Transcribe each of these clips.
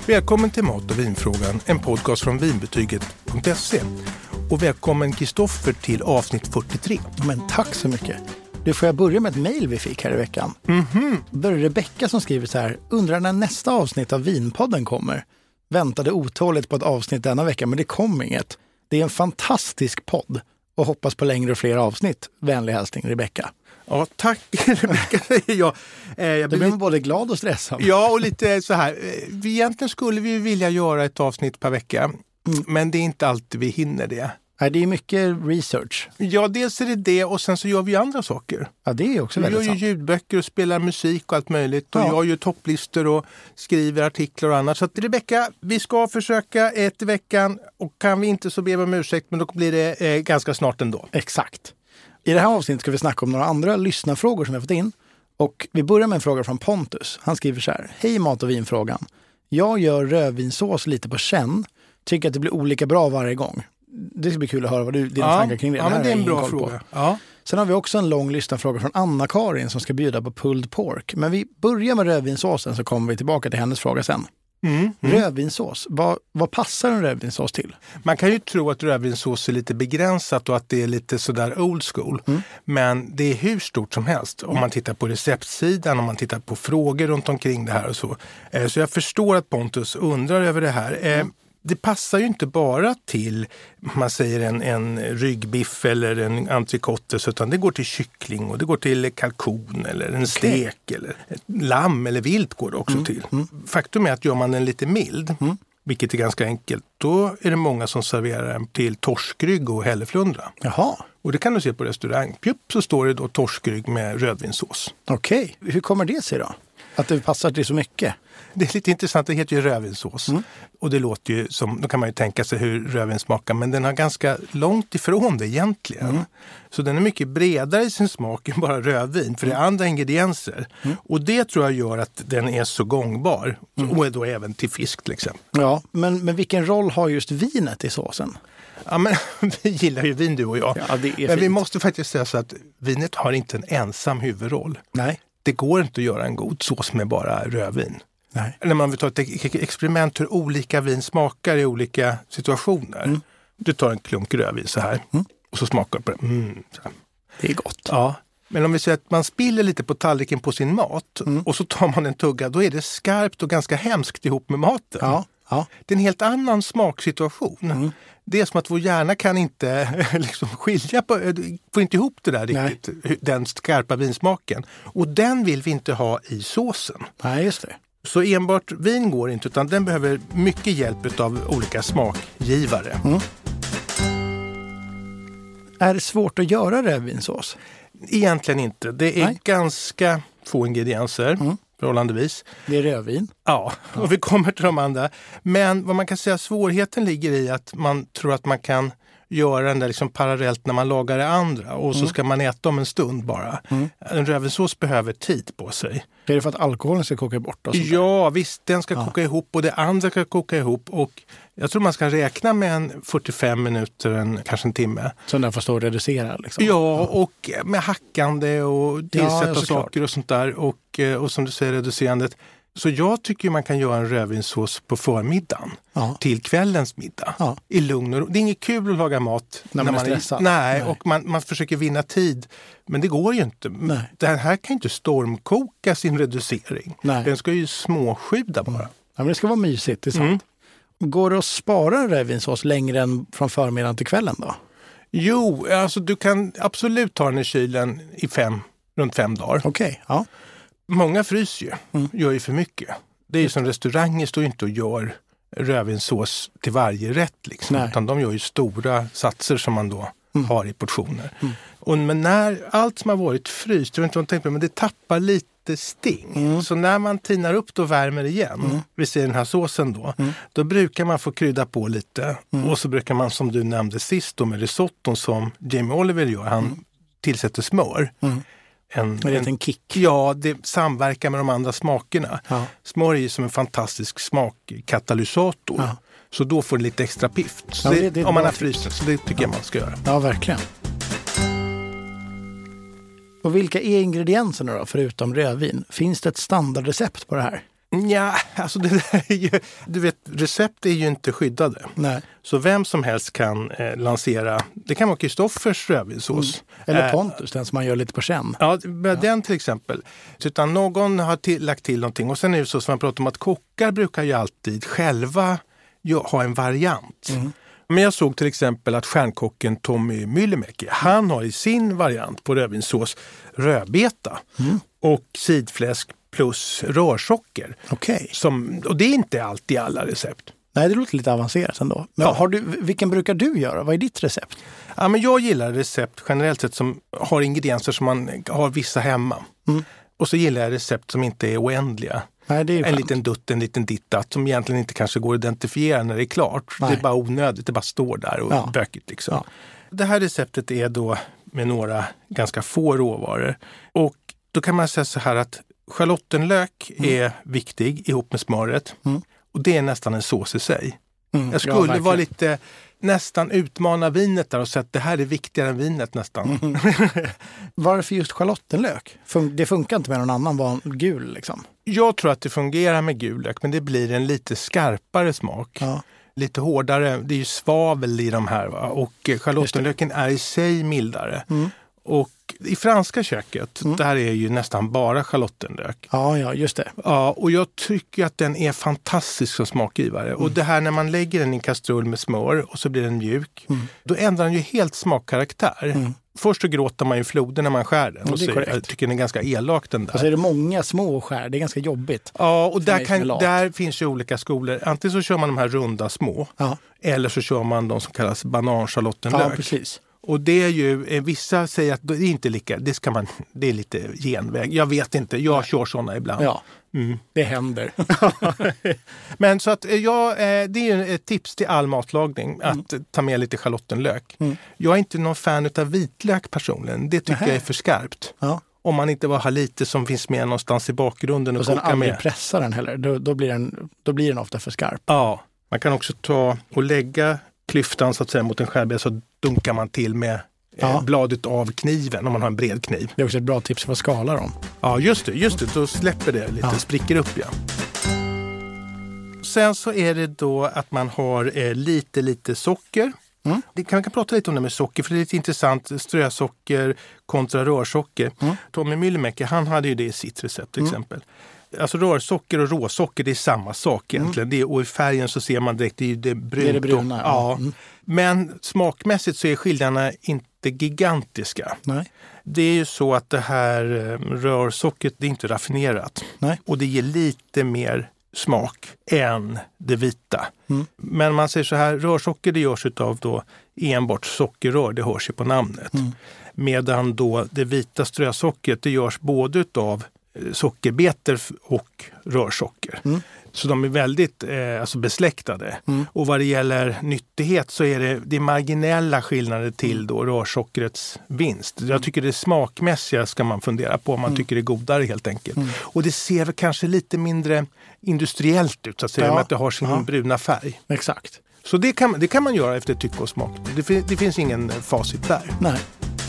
Välkommen till Mat- och vinfrågan, en podcast från vinbetyget.se. Och välkommen Kristoffer till avsnitt 43. Men tack så mycket. Du, får jag börja med ett mejl vi fick här i veckan. Då är det Rebecka som skriver så här: undrar när nästa avsnitt av Vinpodden kommer. Väntade otåligt på ett avsnitt denna vecka, men det kom inget. Det är en fantastisk podd och hoppas på längre och fler avsnitt. Vänlig hälsning, Rebecka. Ja, tack Rebecka, säger jag. Jag blir både glad och stressad. Ja, och lite så här. Egentligen skulle vi vilja göra ett avsnitt per vecka. Men det är inte alltid vi hinner det. Nej, det är mycket research. Ja, dels är det och sen så gör vi andra saker. Ja, det är också väldigt sant. Vi gör ju ljudböcker och spelar musik och allt möjligt. Och jag gör topplistor och skriver artiklar och annat. Så att Rebecka, vi ska försöka ett i veckan. Och kan vi inte så ber vi om ursäkt, men då blir det ganska snart ändå. Exakt. I det här avsnittet ska vi snacka om några andra lyssnarfrågor som vi har fått in. Och vi börjar med en fråga från Pontus. Han skriver så här: hej mat- och vinfrågan. Jag gör rödvinsås lite på känn. Tycker att det blir olika bra varje gång. Det ska bli kul att höra vad dina tankar kring det. Ja, men det är en bra fråga. Ja. Sen har vi också en lång lyssnarfråga från Anna-Karin som ska bjuda på pulled pork. Men vi börjar med rödvinsåsen så kommer vi tillbaka till hennes fråga sen. Rödvinsås, vad passar en rödvinsås till? Man kan ju tro att rödvinsås är lite begränsat och att det är lite sådär old school. Men det är hur stort som helst. Om man tittar på receptsidan, om man tittar på frågor runt omkring det här och så. Så jag förstår att Pontus undrar över det här. Det passar ju inte bara till, man säger en ryggbiff eller en entrecote, utan det går till kyckling och det går till kalkon eller en stek eller ett lamm eller vilt går det också till. Faktum är att gör man den lite mild, vilket är ganska enkelt, då är det många som serverar den till torskrygg och hälleflundra. Jaha. Och det kan du se på restaurang. Pjupp, så står det då torskrygg med rödvinsås. Okej. Hur kommer det sig då? Att det passar till så mycket? Det är lite intressant, det heter ju rödvinsås. Och det låter ju som, då kan man ju tänka sig hur rödvin smakar, men den har ganska långt ifrån det egentligen. Så den är mycket bredare i sin smak än bara rödvin, för det är andra ingredienser. Och det tror jag gör att den är så gångbar. Och då även till fisk till exempel. Ja, men vilken roll har just vinet i såsen? Ja, men vi gillar ju vin du och jag. Ja, det är men fint. vi måste faktiskt säga så att vinet har inte en ensam huvudroll. Nej. Det går inte att göra en god sås med bara rödvin. Nej. När man vill ta ett experiment hur olika vin smakar i olika situationer. Du tar en klunk rödvin så här och så smakar du på det. Så här. Det är gott. Ja. Men om vi säger att man spiller lite på tallriken på sin mat och så tar man en tugga, då är det skarpt och ganska hemskt ihop med maten. Ja. Det är en helt annan smaksituation. Det är som att vår hjärna kan inte liksom skilja på, får inte ihop det där riktigt, den skarpa vinsmaken. Och den vill vi inte ha i såsen. Nej, just det. Så enbart vin går inte, utan den behöver mycket hjälp av olika smakgivare. Är det svårt att göra rödvinsås? Egentligen inte. Det är ganska få ingredienser, förhållandevis. Det är rödvin. Ja, och vi kommer till de andra. Men vad man kan säga, svårigheten ligger i att man tror att man kan göra den där liksom parallellt när man lagar det andra. Och så ska man äta om en stund bara. En rödvinsås behöver tid på sig. Är det för att alkoholen ska koka bort? Och sånt där? Ja, visst. Den ska koka ihop och det andra ska koka ihop. Och jag tror man ska räkna med en 45 minuter, kanske en timme. Så den får stå och reducera liksom? Ja, och med hackande och tillsätta saker och sånt där. Och som du säger, reducerandet. Så jag tycker man kan göra en rödvinsås på förmiddagen till kvällens middag. I lugn och ro. Det är inget kul att laga mat när man är stressad. Nej, och man försöker vinna tid. Men det går ju inte. Nej. Den här kan inte stormkoka sin reducering. Nej. Den ska ju småsjuda bara. Ja, men det ska vara mysigt, det är sant. Går det att spara en rödvinsås längre än från förmiddagen till kvällen då? Jo, alltså du kan absolut ta den i kylen i runt 5 dagar. Okej, ja. Många fryser ju, gör ju för mycket. Det är ju som restauranger står inte och gör rödvinsås till varje rätt liksom. Utan de gör ju stora satser som man då har i portioner. Men när allt som har varit fryst, jag vet inte vad jag tänkte på, men det tappar lite sting. Så när man tinar upp och värmer igen, vi ser den här såsen då brukar man få krydda på lite. Och så brukar man, som du nämnde sist då, med risotton som Jamie Oliver gör, han tillsätter smör. En kick. Ja, det samverkar med de andra smakerna. Ja. Smör är ju som en fantastisk smakkatalysator. Ja. Så då får det lite extra pift. Så det om man har fryst, så det tycker jag man ska göra. Ja, verkligen. Och vilka är ingredienserna då, förutom rödvin? Finns det ett standardrecept på det här? Ja, alltså det där är ju, du vet, recept är ju inte skyddade. Nej. Så vem som helst kan lansera, det kan vara Kristoffers rödvinssås. Eller Pontus, den som man gör lite på känn. Ja, den till exempel. Utan någon har lagt till någonting. Och sen är det så som man pratar om att kockar brukar ju alltid själva ha en variant. Men jag såg till exempel att stjärnkocken Tommy Myllymäki, han har i sin variant på rödvinssås rödbeta och sidfläsk plus rörsocker. Okej. Och det är inte alltid i alla recept. Nej, det låter lite avancerat ändå. Men vilken brukar du göra? Vad är ditt recept? Ja, men jag gillar recept generellt sett som har ingredienser som man har vissa hemma. Och så gillar jag recept som inte är oändliga. Nej, det är en liten dutt, en liten dittat som egentligen inte kanske går att identifiera när det är klart. Nej. Det är bara onödigt, det bara står där och bökigt liksom. Ja. Det här receptet är då med några ganska få råvaror. Och då kan man säga så här att schalottenlök är viktig ihop med smöret. Och det är nästan en sås i sig. Jag skulle vara lite nästan utmana vinet där och säga att det här är viktigare än vinet nästan. Varför just schalottenlök? Det funkar inte med någon annan gul liksom? Jag tror att det fungerar med gul lök, men det blir en lite skarpare smak. Ja. Lite hårdare, det är ju svavel i de här va? Och schalottenlöken är i sig mildare. Och i franska köket, där är ju nästan bara schalottenlök. Ja, just det. Ja, och jag tycker att den är fantastisk som smakgivare. Och det här när man lägger den i en kastrull med smör och så blir den mjuk, då ändrar den ju helt smakkaraktär. Först så gråter man ju floden när man skär den. Ja, och så, jag tycker den är ganska elak den där. Och så är det många små skär, det är ganska jobbigt. Ja, och där finns ju olika skolor. Antingen så kör man de här runda små, eller så kör man de som kallas bananschalottenlök. Ja, precis. Och det är ju, vissa säger att det är inte lika, det är lite genväg. Jag vet inte, jag kör sådana ibland. Ja, det händer. Men så att det är ju ett tips till all matlagning att ta med lite schalottenlök. Jag är inte någon fan av vitlök personligen, det tycker jag är för skarpt. Ja. Om man inte bara har lite som finns med någonstans i bakgrunden och sen koka aldrig med. Pressa den heller, då blir den ofta för skarp. Ja, man kan också ta och lägga klyftan så att säga mot en skärbräda, så dunkar man till med bladet av kniven om man har en bred kniv. Det är också ett bra tips för att skala dem. Ja, just det. Då släpper det lite, spricker upp igen. Sen så är det då att man har lite socker. Vi kan prata lite om det med socker, för det är lite intressant. Strösocker kontra rörsocker. Tommy Myllymäki, han hade ju det i sitt recept till exempel. Alltså rörsocker och råsocker, det är samma sak egentligen. Och i färgen så ser man direkt, det är det brunt. Det är det bruna. Ja. Men smakmässigt så är skillnaderna inte gigantiska. Nej. Det är ju så att det här rörsockret, det är inte raffinerat. Nej. Och det ger lite mer smak än det vita. Men man säger så här, rörsocker det görs av då enbart sockerrör, det hörs ju på namnet. Medan då det vita strösockret, det görs både av sockerbetor och rörsocker. Så de är väldigt besläktade. Och vad det gäller nyttighet så är det marginella skillnader till då rörsockrets vinst. Jag tycker det smakmässiga ska man fundera på om man tycker det är godare helt enkelt. Och det ser väl kanske lite mindre industriellt ut så att säga, med att det har sin bruna färg. Exakt. Så det kan man göra efter tycke och smak. Det finns ingen facit där. Nej.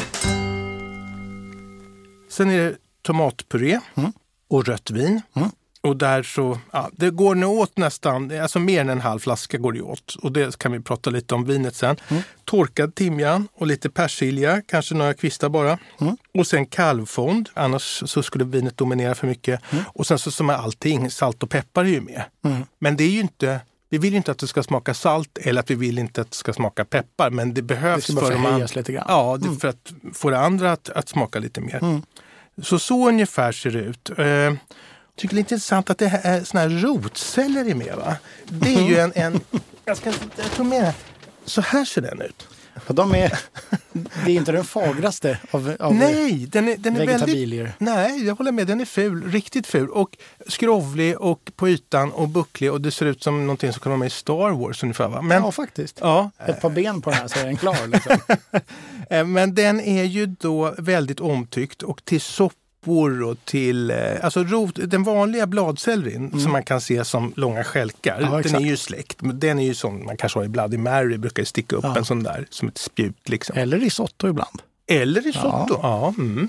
Sen är det tomatpuré och rött vin. Och där så, det går nog åt nästan, alltså mer än en halv flaska går det åt. Och det kan vi prata lite om vinet sen. Torkad timjan och lite persilja, kanske några kvistar bara. Och sen kalvfond, annars så skulle vinet dominera för mycket. Och sen så som är allting, salt och peppar är ju med. Men det är ju inte... Vi vill inte att det ska smaka salt eller att vi vill inte att det ska smaka peppar. Men det behövs det ska bara lite grann. Ja, för att få det andra att smaka lite mer. Så ungefär ser det ut. Jag tycker det är intressant att det här är såna här rotceller i med, va? Det är ju jag tror med så här ser den ut. Och det är inte den fagraste av nej, den är vegetabilier. Väldigt, nej, jag håller med. Den är ful, riktigt ful. Och skrovlig och på ytan och bucklig. Och det ser ut som någonting som kan vara med i Star Wars ungefär, va? Men, ja, faktiskt. Ja. Ett par ben på den här så är den klar. Liksom. Men den är ju då väldigt omtyckt och till och till, alltså den vanliga bladsellerin som man kan se som långa skälkar, den är ju släkt. Den är ju som man kanske har i Bloody Mary, brukar sticka upp en sån där som ett spjut liksom. Eller risotto ibland. Eller risotto,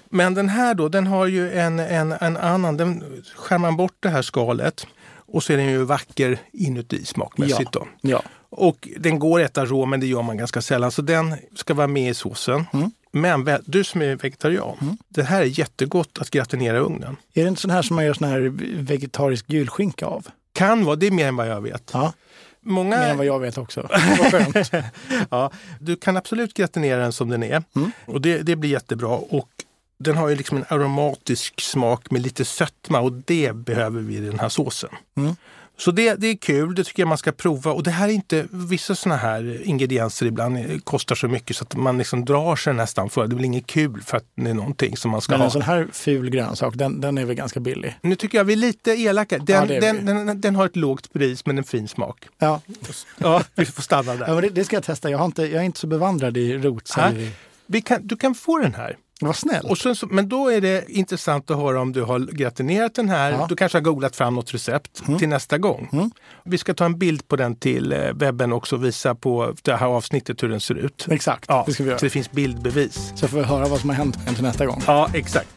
Men den här då, den har ju en annan, den skär man bort det här skalet och så är den ju vacker inuti smakmässigt då. Ja. Och den går att äta rå, men det gör man ganska sällan. Så den ska vara med i såsen. Men du som är vegetarian, det här är jättegott att gratinera i ugnen. Är det inte sån här som man gör sån här vegetarisk julskinka av? Kan vara, det är mer än vad jag vet. Ja. Mer än vad jag vet också. Vad skönt. Ja, du kan absolut gratinera den som den är. Och det blir jättebra. Och den har ju liksom en aromatisk smak med lite sötma och det behöver vi i den här såsen. Så det är kul, det tycker jag man ska prova. Och det här är inte, vissa såna här ingredienser ibland kostar så mycket så att man liksom drar sig nästan för. Det blir inget kul för att det är någonting som man ska ha. Men en sån här ful grönsak, den är väl ganska billig? Nu tycker jag vi är lite elaka. Den har ett lågt pris men en fin smak. Ja, vi får stanna där. Ja, men det ska jag testa. Jag är inte så bevandrad i rotselleri. Du kan få den här. Vad snällt. Och men då är det intressant att höra om du har gratinerat den här. Ja. Du kanske har googlat fram något recept till nästa gång. Vi ska ta en bild på den till webben också och visa på det här avsnittet hur den ser ut. Exakt, ja, det ska vi göra. Så det finns bildbevis. Så får vi höra vad som har hänt till nästa gång. Ja, exakt.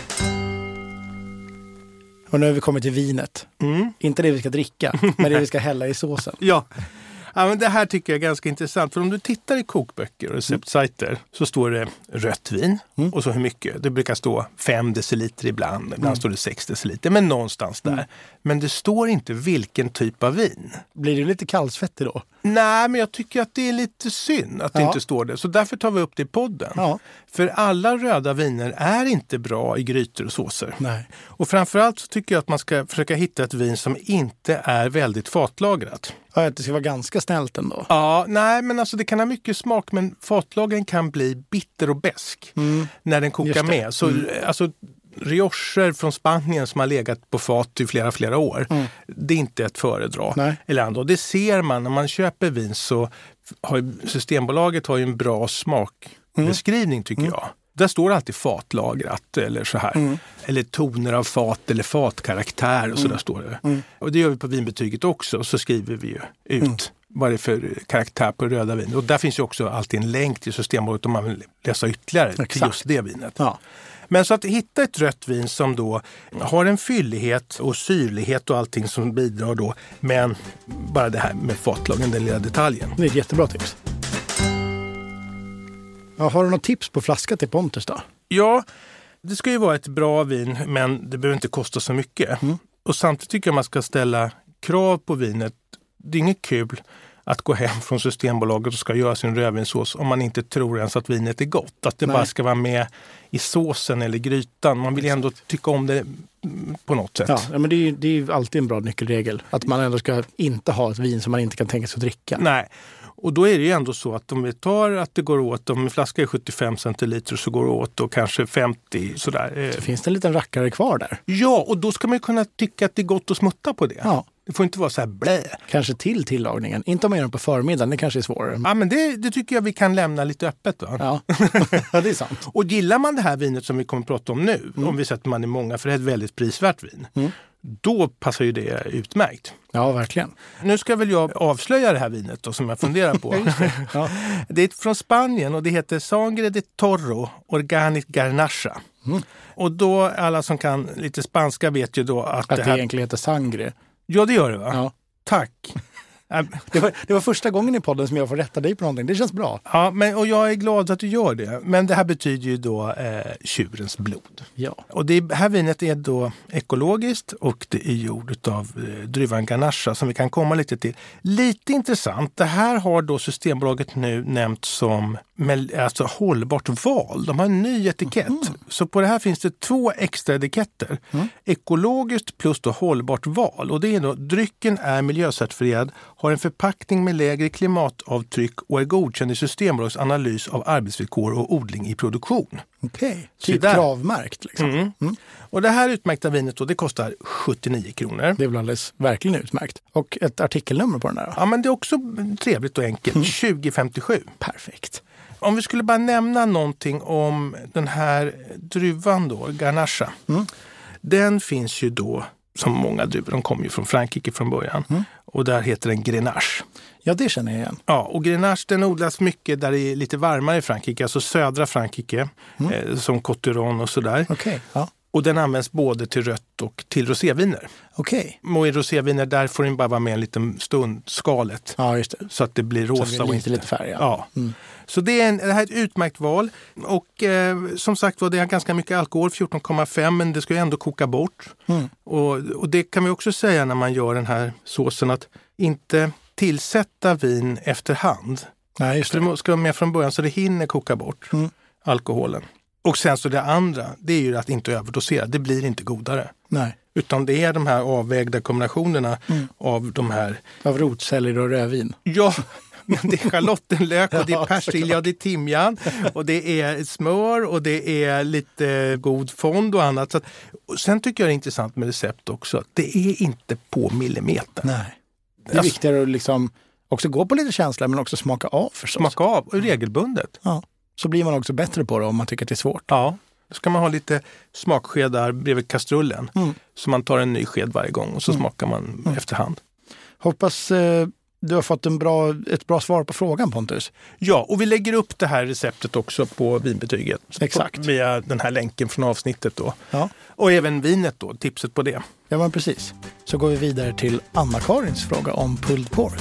Och nu har vi kommit till vinet. Inte det vi ska dricka, men det vi ska hälla i såsen. Ja. Ja, men det här tycker jag är ganska intressant. För om du tittar i kokböcker och receptsajter så står det rött vin. Och så hur mycket? Det brukar stå 5 deciliter ibland. Ibland står det 6 deciliter. Men någonstans där. Men det står inte vilken typ av vin. Blir det lite kallsvettig då? Nej, men jag tycker att det är lite synd att det inte står det. Så därför tar vi upp det i podden. Ja. För alla röda viner är inte bra i grytor och såser. Nej. Och framförallt så tycker jag att man ska försöka hitta ett vin som inte är väldigt fatlagrat. Ja, att det ska vara ganska snällt ändå. Ja, nej men alltså det kan ha mycket smak men fatlagren kan bli bitter och besk när den kokar med. Så alltså riocher från Spanien som har legat på fat i flera år, det är inte ett föredra. Nej. Eller ändå, det ser man när man köper vin så har Systembolaget har ju en bra smakbeskrivning tycker jag. Där står alltid fatlagrat eller så här. Eller toner av fat eller fatkaraktär och så där står det. Och det gör vi på vinbetyget också. Så skriver vi ju ut vad det är för karaktär på röda vin. Och där finns ju också alltid en länk till Systembolaget om man vill läsa ytterligare till just det vinet. Ja. Men så att hitta ett rött vin som då har en fyllighet och syrlighet och allting som bidrar då. Men bara det här med fatlagen, den lilla detaljen. Det är ett jättebra tips. Ja, har du något tips på flaska till Pontus då? Ja, det ska ju vara ett bra vin men det behöver inte kosta så mycket. Och samtidigt tycker jag man ska ställa krav på vinet. Det är inget kul att gå hem från Systembolaget och ska göra sin rödvinssås om man inte tror ens att vinet är gott. Att det bara ska vara med i såsen eller grytan. Man vill ju ändå tycka om det på något sätt. Ja, men det är ju alltid en bra nyckelregel. Att man ändå ska inte ha ett vin som man inte kan tänka sig att dricka. Nej. Och då är det ju ändå så att om vi tar att det går åt, om en flaska är 75 centiliter så går det åt och kanske 50 sådär. Så finns det en liten rackare kvar där. Ja, och då ska man ju kunna tycka att det är gott att smutta på det. Ja. Det får inte vara så här blä. Kanske till tillagningen. Inte om man gör den på förmiddagen, det kanske är svårare. Ja, men det tycker jag vi kan lämna lite öppet då. Ja, ja det är sant. Och gillar man det här vinet som vi kommer att prata om nu, om vi sätter man i många, för det är ett väldigt prisvärt vin. Då passar ju det utmärkt. Ja, verkligen. Nu ska väl jag avslöja det här vinet då, som jag funderar på. Ja. Det är från Spanien och det heter Sangre de Toro Organic Garnacha. Och då, alla som kan lite spanska vet ju då att det här egentligen heter sangre. Ja, det gör det va? Ja. Tack. Det var första gången i podden som jag får rätta dig på någonting. Det känns bra. Ja, och jag är glad att du gör det. Men det här betyder ju då tjurens blod. Ja. Och det här vinet är då ekologiskt och det är gjort av druvan Garnacha som vi kan komma lite till. Lite intressant, det här har då Systembolaget nu nämnt som alltså hållbart val. De har en ny etikett. Så på det här finns det 2 extra etiketter. Ekologiskt plus då hållbart val. Och det är då, drycken är miljöcertifierad, har en förpackning med lägre klimatavtryck och är godkänd i Systembolagets analys av arbetsvillkor och odling i produktion. Okej, typ kravmärkt liksom. Och det här utmärkta vinet då, det kostar 79 kronor. Det är väl alldeles verkligen utmärkt. Och ett artikelnummer på den där då? Ja, men det är också trevligt och enkelt. 2057. Perfekt. Om vi skulle bara nämna någonting om den här druvan då, Garnacha. Den finns ju då, som många druvor, de kommer ju från Frankrike från början. Och där heter den Grenache. Ja, det känner jag igen. Ja, och Grenache den odlas mycket där det är lite varmare i Frankrike, alltså södra Frankrike, som Cotteron och sådär. Okej, ja. Och den används både till rött och till roséviner. Okej. Och i roséviner där får den bara vara med en liten stund, skalet. Ja, just det. Så att det blir rosa så det blir lite färg. Ja. Så det här är ett utmärkt val. Och som sagt var, det har ganska mycket alkohol, 14,5, men det ska ju ändå koka bort. Och det kan vi också säga när man gör den här såsen, att inte tillsätta vin efterhand. Nej, just det. För det ska vara med från början så det hinner koka bort alkoholen. Och sen så det andra, det är ju att inte överdosera. Det blir inte godare. Nej. Utan det är de här avvägda kombinationerna av de här... Av rotselleri och rödvin. Ja, det är schalottenlök och det är persilja och det är timjan och det är smör och det är lite god fond och annat. Så att, och sen tycker jag det är intressant med recept också. Det är inte på millimeter. Nej. Det är viktigare att liksom också gå på lite känsla men också smaka av förstås. Smaka av, regelbundet. Ja. Så blir man också bättre på det om man tycker att det är svårt. Ja, då ska man ha lite smakskedar bredvid kastrullen. Så man tar en ny sked varje gång och så smakar man efterhand. Hoppas du har fått ett bra svar på frågan, Pontus. Ja, och vi lägger upp det här receptet också på vinbetyget. Exakt. Via den här länken från avsnittet då. Ja. Och även vinet då, tipset på det. Ja, men precis. Så går vi vidare till Anna-Karins fråga om pulled pork.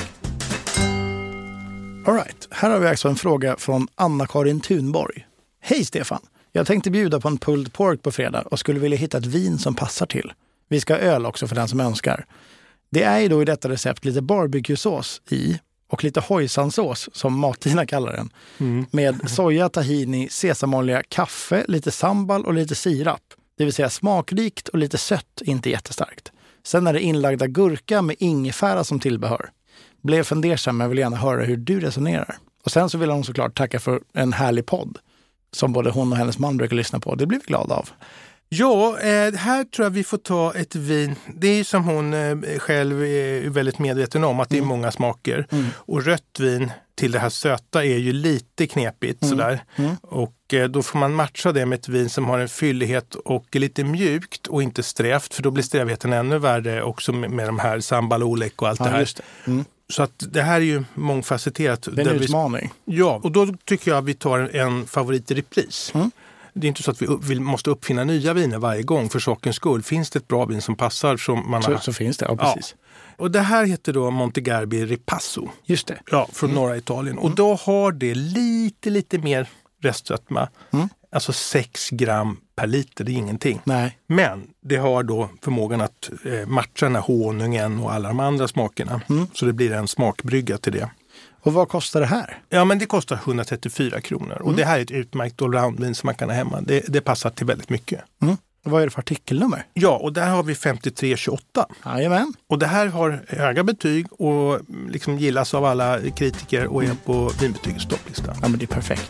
All right. Här har vi alltså en fråga från Anna-Karin Thunborg. Hej Stefan! Jag tänkte bjuda på en pulled pork på fredag och skulle vilja hitta ett vin som passar till. Vi ska ha öl också för den som önskar. Det är ju då i detta recept lite barbecue-sås i och lite hojsansås som Martina kallar den. Med soja, tahini, sesamolja, kaffe, lite sambal och lite sirap. Det vill säga smakrikt och lite sött, inte jättestarkt. Sen är det inlagda gurka med ingefära som tillbehör. Blev fundersam, men vill gärna höra hur du resonerar. Och sen så vill hon såklart tacka för en härlig podd som både hon och hennes man brukar lyssna på. Det blir vi glada av. Ja, här tror jag vi får ta ett vin. Det är ju som hon själv är väldigt medveten om att det är många smaker. Och rött vin till det här söta är ju lite knepigt sådär. Och då får man matcha det med ett vin som har en fyllighet och är lite mjukt och inte strävt. För då blir strävheten ännu värre också med de här sambal olek och allt det här. Just det. Så att det här är ju mångfacetterat. Det är en utmaning. Ja, och då tycker jag att vi tar en favorit i repris. Det är inte så att vi måste uppfinna nya viner varje gång för sakens skull. Finns det ett bra vin som passar som man har... Så finns det, ja precis. Ja. Och det här heter då Montegarbi Ripasso. Just det. Ja, från norra Italien. Och då har det lite mer restsötma. Alltså 6 gram per liter, det är ingenting. Nej. Men det har då förmågan att matcha den här honungen och alla de andra smakerna. Så det blir en smakbrygga till det. Och vad kostar det här? Ja, men det kostar 134 kronor. Och det här är ett utmärkt allroundvin som man kan ha hemma. Det passar till väldigt mycket. Och vad är det för artikelnummer? Ja, och där har vi 5328. Jajamän. Och det här har höga betyg och liksom gillas av alla kritiker och är på vinbetygets topplista. Ja, men det är perfekt.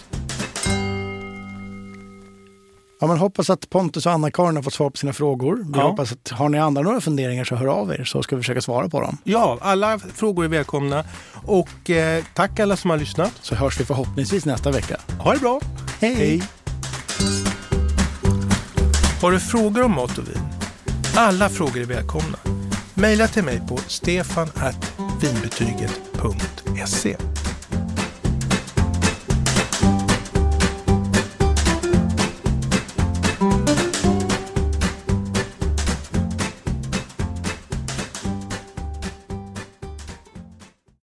Ja, men hoppas att Pontus och Anna-Karin har fått svar på sina frågor. Vi hoppas att har ni andra några funderingar så hör av er så ska vi försöka svara på dem. Ja, alla frågor är välkomna. Och tack alla som har lyssnat. Så hörs vi förhoppningsvis nästa vecka. Ha det bra. Hej. Har du frågor om mat och vin? Alla frågor är välkomna. Maila till mig på stefan@vinbetyget.se.